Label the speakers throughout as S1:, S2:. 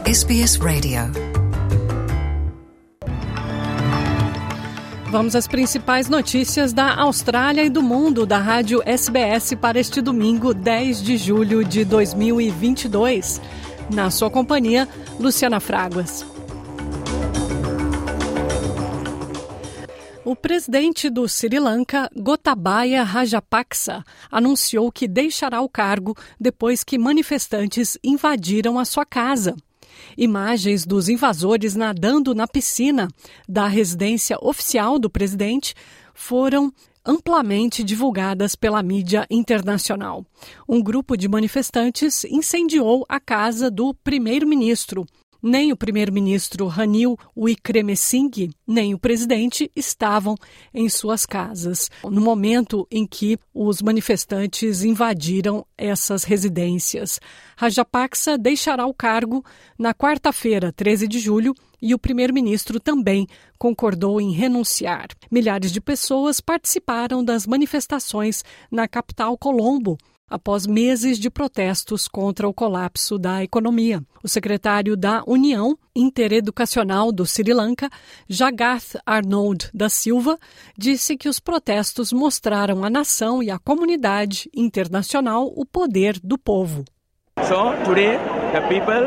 S1: SBS Radio.
S2: Vamos às principais notícias da Austrália e do mundo da rádio SBS para este domingo, 10 de julho de 2022. Na sua companhia, Luciana Fraguas. O presidente do Sri Lanka, Gotabaya Rajapaksa, anunciou que deixará o cargo depois que manifestantes invadiram a sua casa. Imagens dos invasores nadando na piscina da residência oficial do presidente foram amplamente divulgadas pela mídia internacional. Um grupo de manifestantes incendiou a casa do primeiro-ministro. Nem o primeiro-ministro Ranil Wickremesinghe, nem o presidente estavam em suas casas no momento em que os manifestantes invadiram essas residências. Rajapaksa deixará o cargo na quarta-feira, 13 de julho, e o primeiro-ministro também concordou em renunciar. Milhares de pessoas participaram das manifestações na capital Colombo, após meses de protestos contra o colapso da economia. O secretário da União Intereducacional do Sri Lanka, Jagath Arnold da Silva, disse que os protestos mostraram à nação e à comunidade internacional o poder do povo.
S3: So today, the people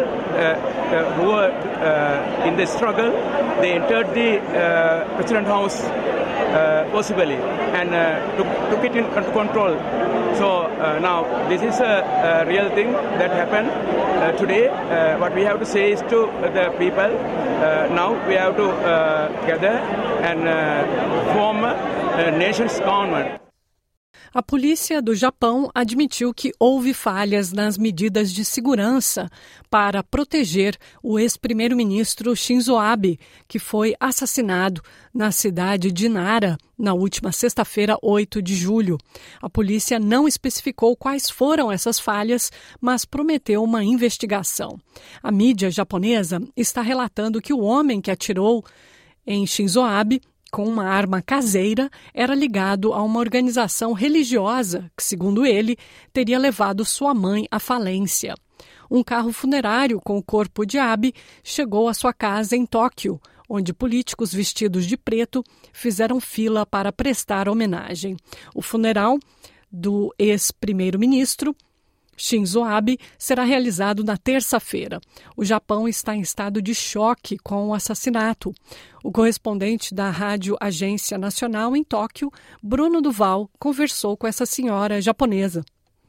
S3: who were in the struggle, they entered the President House possibly and took it into control. So now this is a real thing that happened today. What we have to say is to the people, now we have to gather and form a nation's government.
S2: A polícia do Japão admitiu que houve falhas nas medidas de segurança para proteger o ex-primeiro-ministro Shinzo Abe, que foi assassinado na cidade de Nara na última sexta-feira, 8 de julho. A polícia não especificou quais foram essas falhas, mas prometeu uma investigação. A mídia japonesa está relatando que o homem que atirou em Shinzo Abe com uma arma caseira, era ligado a uma organização religiosa que, segundo ele, teria levado sua mãe à falência. Um carro funerário com o corpo de Abe chegou à sua casa em Tóquio, onde políticos vestidos de preto fizeram fila para prestar homenagem. O funeral do ex-primeiro-ministro Shinzo Abe será realizado na terça-feira. O Japão está em estado de choque com o assassinato. O correspondente da Rádio Agência Nacional em Tóquio, Bruno Duval, conversou com essa senhora japonesa.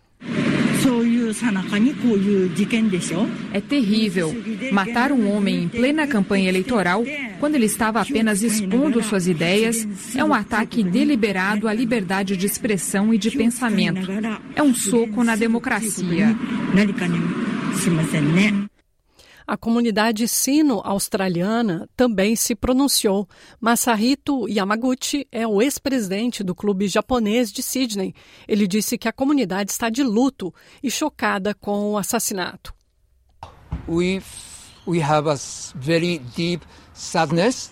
S4: É terrível matar um homem em plena campanha eleitoral, quando ele estava apenas expondo suas ideias, é um ataque deliberado à liberdade de expressão e de pensamento. É um soco na democracia.
S2: A comunidade sino-australiana também se pronunciou. Masahito Yamaguchi é o ex-presidente do clube japonês de Sydney. Ele disse que a comunidade está de luto e chocada com o assassinato.
S5: We have a very deep sadness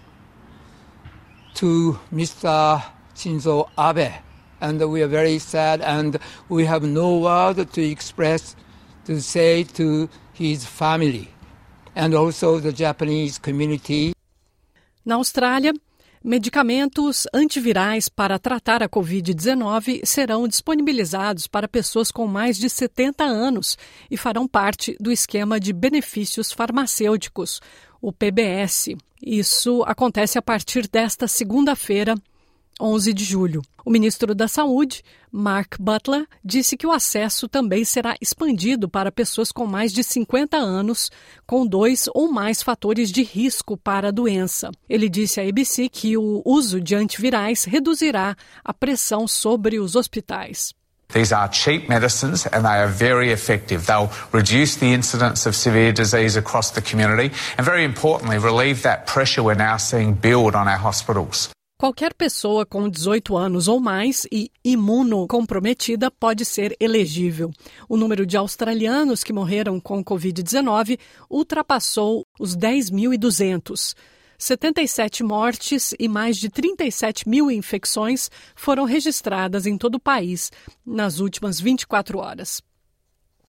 S5: to Mr. Shinzo Abe, and we are very sad, and we have no word to express, to say to his family. And also the Japanese community.
S2: Na Austrália, medicamentos antivirais para tratar a Covid-19 serão disponibilizados para pessoas com mais de 70 anos e farão parte do esquema de benefícios farmacêuticos, o PBS. Isso acontece a partir desta segunda-feira, 11 de julho. O ministro da Saúde, Mark Butler, disse que o acesso também será expandido para pessoas com mais de 50 anos, com 2 ou mais fatores de risco para a doença. Ele disse à ABC que o uso de antivirais reduzirá a pressão sobre os hospitais.
S6: These are cheap medicines and they are very effective. They'll reduce the incidence of severe disease across the community and, very importantly, relieve that pressure we're now seeing build on our hospitals.
S2: Qualquer pessoa com 18 anos ou mais e imunocomprometida pode ser elegível. O número de australianos que morreram com Covid-19 ultrapassou os 10.200. 77 mortes e mais de 37 mil infecções foram registradas em todo o país nas últimas 24 horas.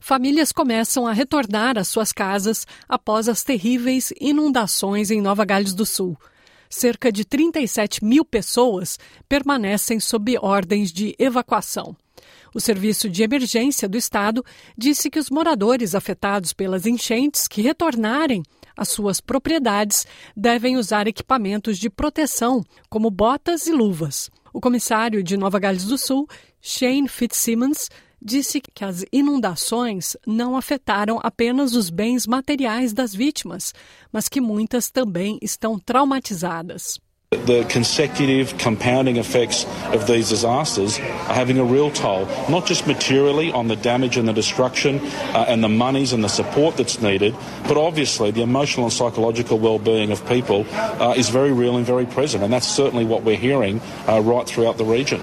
S2: famílias começam a retornar às suas casas após as terríveis inundações em Nova Gales do Sul. Cerca de 37 mil pessoas permanecem sob ordens de evacuação. O Serviço de Emergência do Estado disse que os moradores afetados pelas enchentes que retornarem às suas propriedades devem usar equipamentos de proteção, como botas e luvas. O comissário de Nova Gales do Sul, Shane Fitzsimmons, disse que as inundações não afetaram apenas os bens materiais das vítimas, mas que muitas também estão traumatizadas.
S1: The consecutive compounding effects of these disasters are having a real toll, not just materially on the damage and the destruction and the monies and the support that's needed, but obviously the emotional and psychological well-being of people is very real and very present, and that's certainly what we're hearing right throughout the region.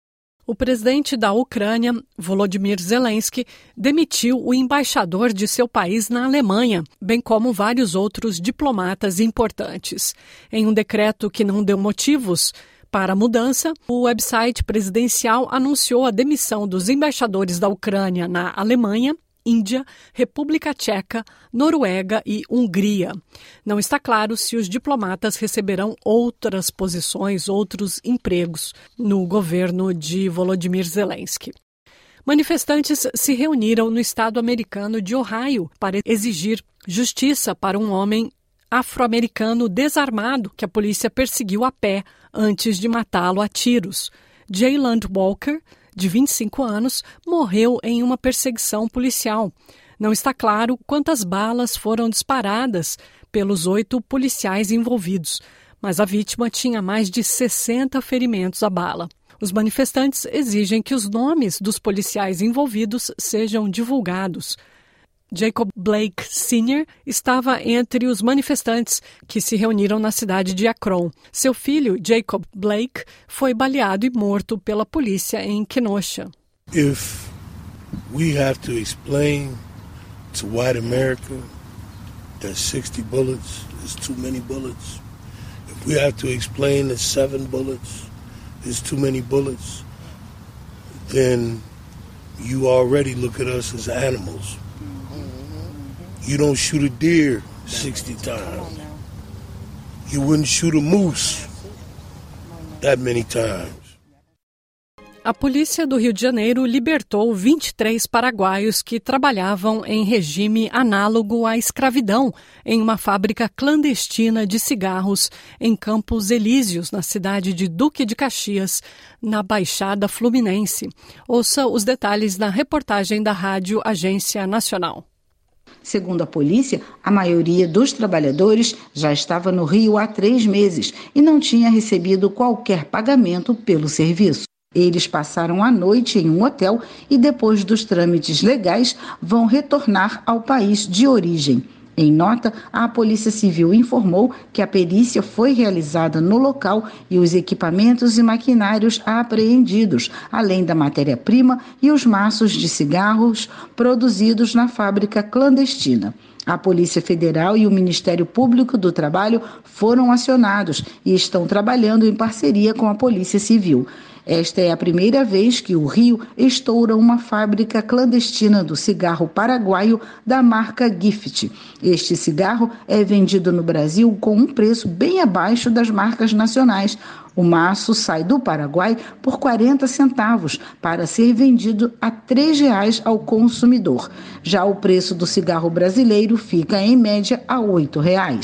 S2: O presidente da Ucrânia, Volodymyr Zelensky, demitiu o embaixador de seu país na Alemanha, bem como vários outros diplomatas importantes. Em um decreto que não deu motivos para a mudança, o website presidencial anunciou a demissão dos embaixadores da Ucrânia na Alemanha, Índia, República Tcheca, Noruega e Hungria. Não está claro se os diplomatas receberão outras posições, outros empregos no governo de Volodymyr Zelensky. Manifestantes se reuniram no estado americano de Ohio para exigir justiça para um homem afro-americano desarmado que a polícia perseguiu a pé antes de matá-lo a tiros. Jayland Walker, de 25 anos, morreu em uma perseguição policial. Não está claro quantas balas foram disparadas pelos 8 policiais envolvidos, mas a vítima tinha mais de 60 ferimentos à bala. Os manifestantes exigem que os nomes dos policiais envolvidos sejam divulgados. Jacob Blake Sr. estava entre os manifestantes que se reuniram na cidade de Akron. Seu filho, Jacob Blake, foi baleado e morto pela polícia em Kenosha.
S7: If we have to explain to white America that 60 bullets is too many bullets, if we have to explain that 7 bullets is too many bullets, then you already look at us as animals. You don't shoot a deer 60 times. You wouldn't shoot a moose that many times.
S2: A polícia do Rio de Janeiro libertou 23 paraguaios que trabalhavam em regime análogo à escravidão em uma fábrica clandestina de cigarros em Campos Elíseos, na cidade de Duque de Caxias, na Baixada Fluminense. Ouça os detalhes na reportagem da Rádio Agência Nacional.
S8: Segundo a polícia, a maioria dos trabalhadores já estava no Rio há 3 meses e não tinha recebido qualquer pagamento pelo serviço. Eles passaram a noite em um hotel e, depois dos trâmites legais, vão retornar ao país de origem. Em nota, a Polícia Civil informou que a perícia foi realizada no local e os equipamentos e maquinários apreendidos, além da matéria-prima e os maços de cigarros produzidos na fábrica clandestina. A Polícia Federal e o Ministério Público do Trabalho foram acionados e estão trabalhando em parceria com a Polícia Civil. Esta é a primeira vez que o Rio estoura uma fábrica clandestina do cigarro paraguaio da marca Gift. Este cigarro é vendido no Brasil com um preço bem abaixo das marcas nacionais. O maço sai do Paraguai por 40 centavos para ser vendido a R$ 3 ao consumidor. Já o preço do cigarro brasileiro fica, em média, a R$ 8.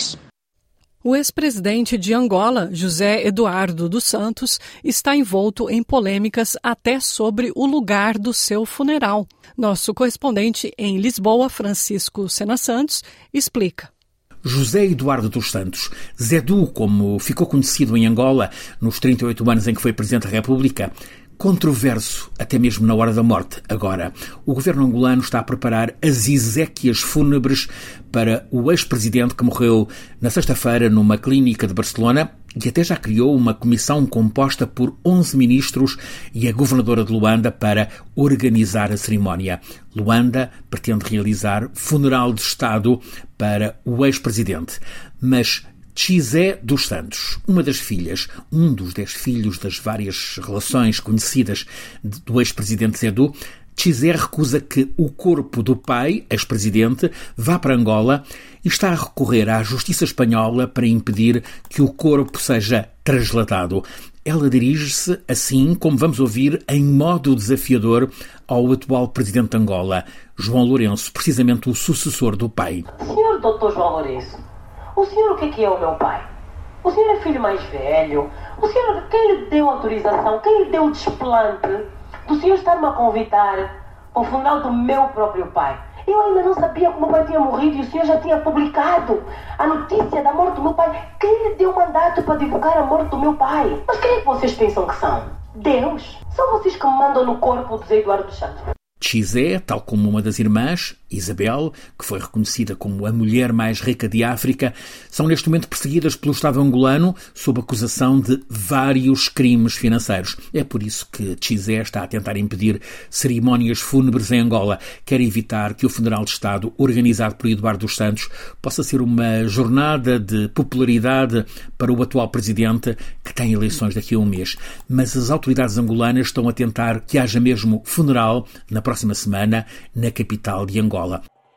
S2: O ex-presidente de Angola, José Eduardo dos Santos, está envolto em polêmicas até sobre o lugar do seu funeral. Nosso correspondente em Lisboa, Francisco Sena Santos, explica.
S9: José Eduardo dos Santos, Zedu, como ficou conhecido em Angola nos 38 anos em que foi Presidente da República, controverso até mesmo na hora da morte. Agora, o governo angolano está a preparar as exéquias fúnebres para o ex-presidente que morreu na sexta-feira numa clínica de Barcelona e até já criou uma comissão composta por 11 ministros e a governadora de Luanda para organizar a cerimónia. Luanda pretende realizar funeral de Estado para o ex-presidente, mas Chizé dos Santos, uma das filhas, um dos 10 filhos das várias relações conhecidas do ex-presidente Zedu, Chizé recusa que o corpo do pai, ex-presidente, vá para Angola e está a recorrer à justiça espanhola para impedir que o corpo seja trasladado. Ela dirige-se, assim como vamos ouvir, em modo desafiador ao atual presidente de Angola, João Lourenço, precisamente o sucessor do pai.
S10: Senhor Dr. João Lourenço, o senhor o que é o meu pai? O senhor é filho mais velho? O senhor, quem lhe deu autorização, quem lhe deu o desplante do senhor estar-me a convidar ao funeral do meu próprio pai? Eu ainda não sabia que o meu pai tinha morrido e o senhor já tinha publicado a notícia da morte do meu pai. Quem lhe deu mandato para divulgar a morte do meu pai? Mas quem é que vocês pensam que são? Deus? São vocês que me mandam no corpo do Zé Eduardo dos Santos.
S9: Chizé, tal como uma das irmãs, Isabel, que foi reconhecida como a mulher mais rica de África, são neste momento perseguidas pelo Estado angolano sob acusação de vários crimes financeiros. É por isso que Chizé está a tentar impedir cerimónias fúnebres em Angola. Quer evitar que o funeral de Estado, organizado por Eduardo dos Santos, possa ser uma jornada de popularidade para o atual presidente, que tem eleições daqui a um mês. Mas as autoridades angolanas estão a tentar que haja mesmo funeral na próxima semana na capital de Angola.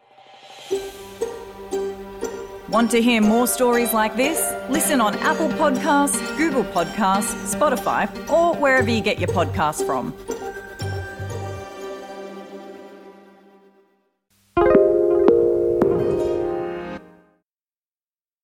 S11: Want to hear more stories like this? Listen on Apple Podcasts, Google Podcasts, Spotify, or wherever you get your podcasts from.